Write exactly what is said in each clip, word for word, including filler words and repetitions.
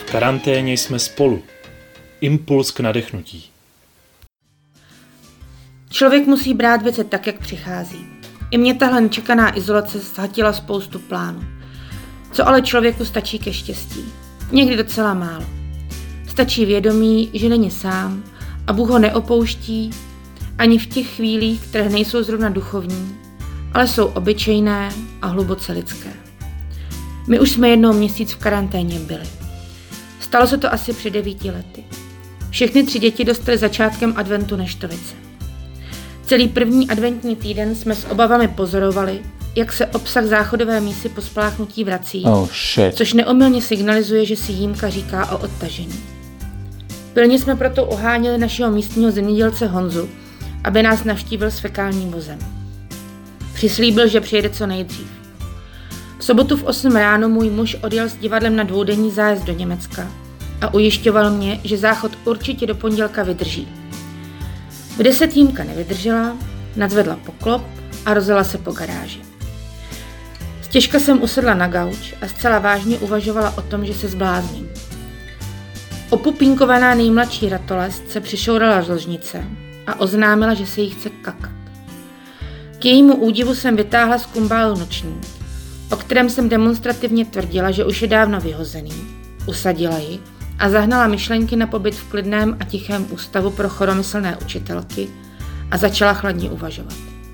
karanténě jsme spolu. Impuls k nadechnutí. Člověk musí brát věci tak, jak přichází. I mě tahle nečekaná izolace zhatila spoustu plánů. Co ale člověku stačí ke štěstí? Někdy docela málo. Stačí vědomí, že není sám a Bůh ho neopouští ani v těch chvílích, které nejsou zrovna duchovní, ale jsou obyčejné a hluboce lidské. My už jsme jednou měsíc v karanténě byli. Stalo se to asi před devíti lety. Všechny tři děti dostaly začátkem adventu neštovice. Celý první adventní týden jsme s obavami pozorovali, jak se obsah záchodové mísy po spláchnutí vrací, oh, shit. což neomylně signalizuje, že si jímka říká o odtažení. Pilně jsme proto oháněli našeho místního zemědělce Honzu, aby nás navštívil s fekálním vozem. Přislíbil, že přijede co nejdřív. V sobotu v osm ráno můj muž odjel s divadlem na dvoudenní zájezd do Německa a ujišťoval mě, že záchod určitě do pondělka vydrží. V deset jímka nevydržela, nadzvedla poklop a rozjela se po garáži. Stěžka jsem usedla na gauč a zcela vážně uvažovala o tom, že se zblázním. Opupínkovaná nejmladší ratolest se přišourala z ložnice a oznámila, že se jí chce kakat. K jejímu údivu jsem vytáhla z kumbálu nočník, o kterém jsem demonstrativně tvrdila, že už je dávno vyhozený, usadila ji a zahnala myšlenky na pobyt v klidném a tichém ústavu pro choromyslné učitelky a začala chladně uvažovat.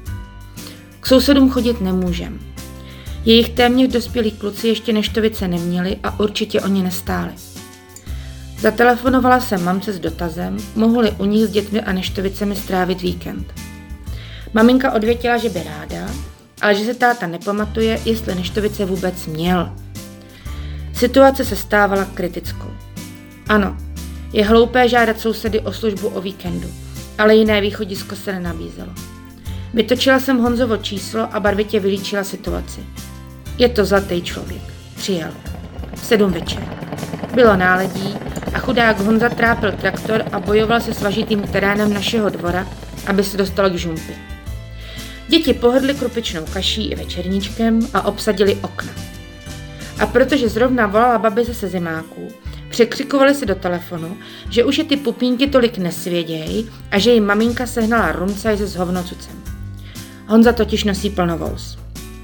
K sousedům chodit nemůžem. Jejich téměř dospělí kluci ještě neštovice neměli a určitě o ně nestáli. Zatelefonovala jsem mamce s dotazem, mohu-li u nich s dětmi a neštovicemi strávit víkend. Maminka odvětila, že by ráda, ale že se táta nepamatuje, jestli neštovice vůbec měl. Situace se stávala kritickou. Ano, je hloupé žádat sousedy o službu o víkendu, ale jiné východisko se nenabízelo. Vytočila jsem Honzovo číslo a barvitě vylíčila situaci. Je to zlatý člověk. Přijel. Sedm večer. Bylo náledí a chudák Honza trápil traktor a bojoval se svažitým terénem našeho dvora, aby se dostal k žumpi. Děti pohrdly krupičnou kaší i večerníčkem a obsadili okna. A protože zrovna volala babice se zimáků, překřikovali si do telefonu, že už je ty pupínky tolik nesvěděj a že jim maminka sehnala rumcajze s hovnocucem. Honza totiž nosí plnovous.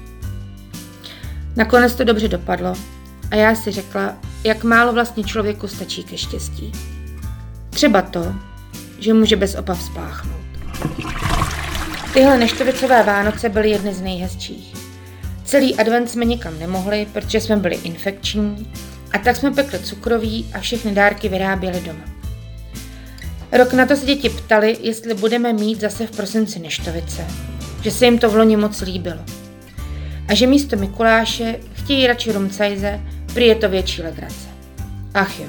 Nakonec to dobře dopadlo a já si řekla, jak málo vlastně člověku stačí ke štěstí. Třeba to, že může bez obav spláchnout. Tyhle neštovicové Vánoce byly jedny z nejhezčích. Celý advent jsme nikam nemohli, protože jsme byli infekční, a tak jsme pekli cukroví a všechny dárky vyráběli doma. Rok na to se děti ptali, jestli budeme mít zase v prosinci neštovice, že se jim to v loni moc líbilo. A že místo Mikuláše chtějí radši rumcajze, prý je to větší legrace. Ach jo.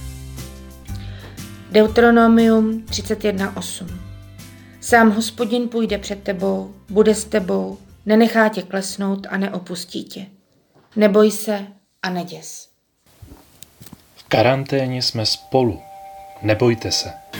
Deuteronomium třicet jedna osm. Sám Hospodin půjde před tebou, bude s tebou, nenechá tě klesnout a neopustí tě. Neboj se a neděs. V karanténě jsme spolu. Nebojte se.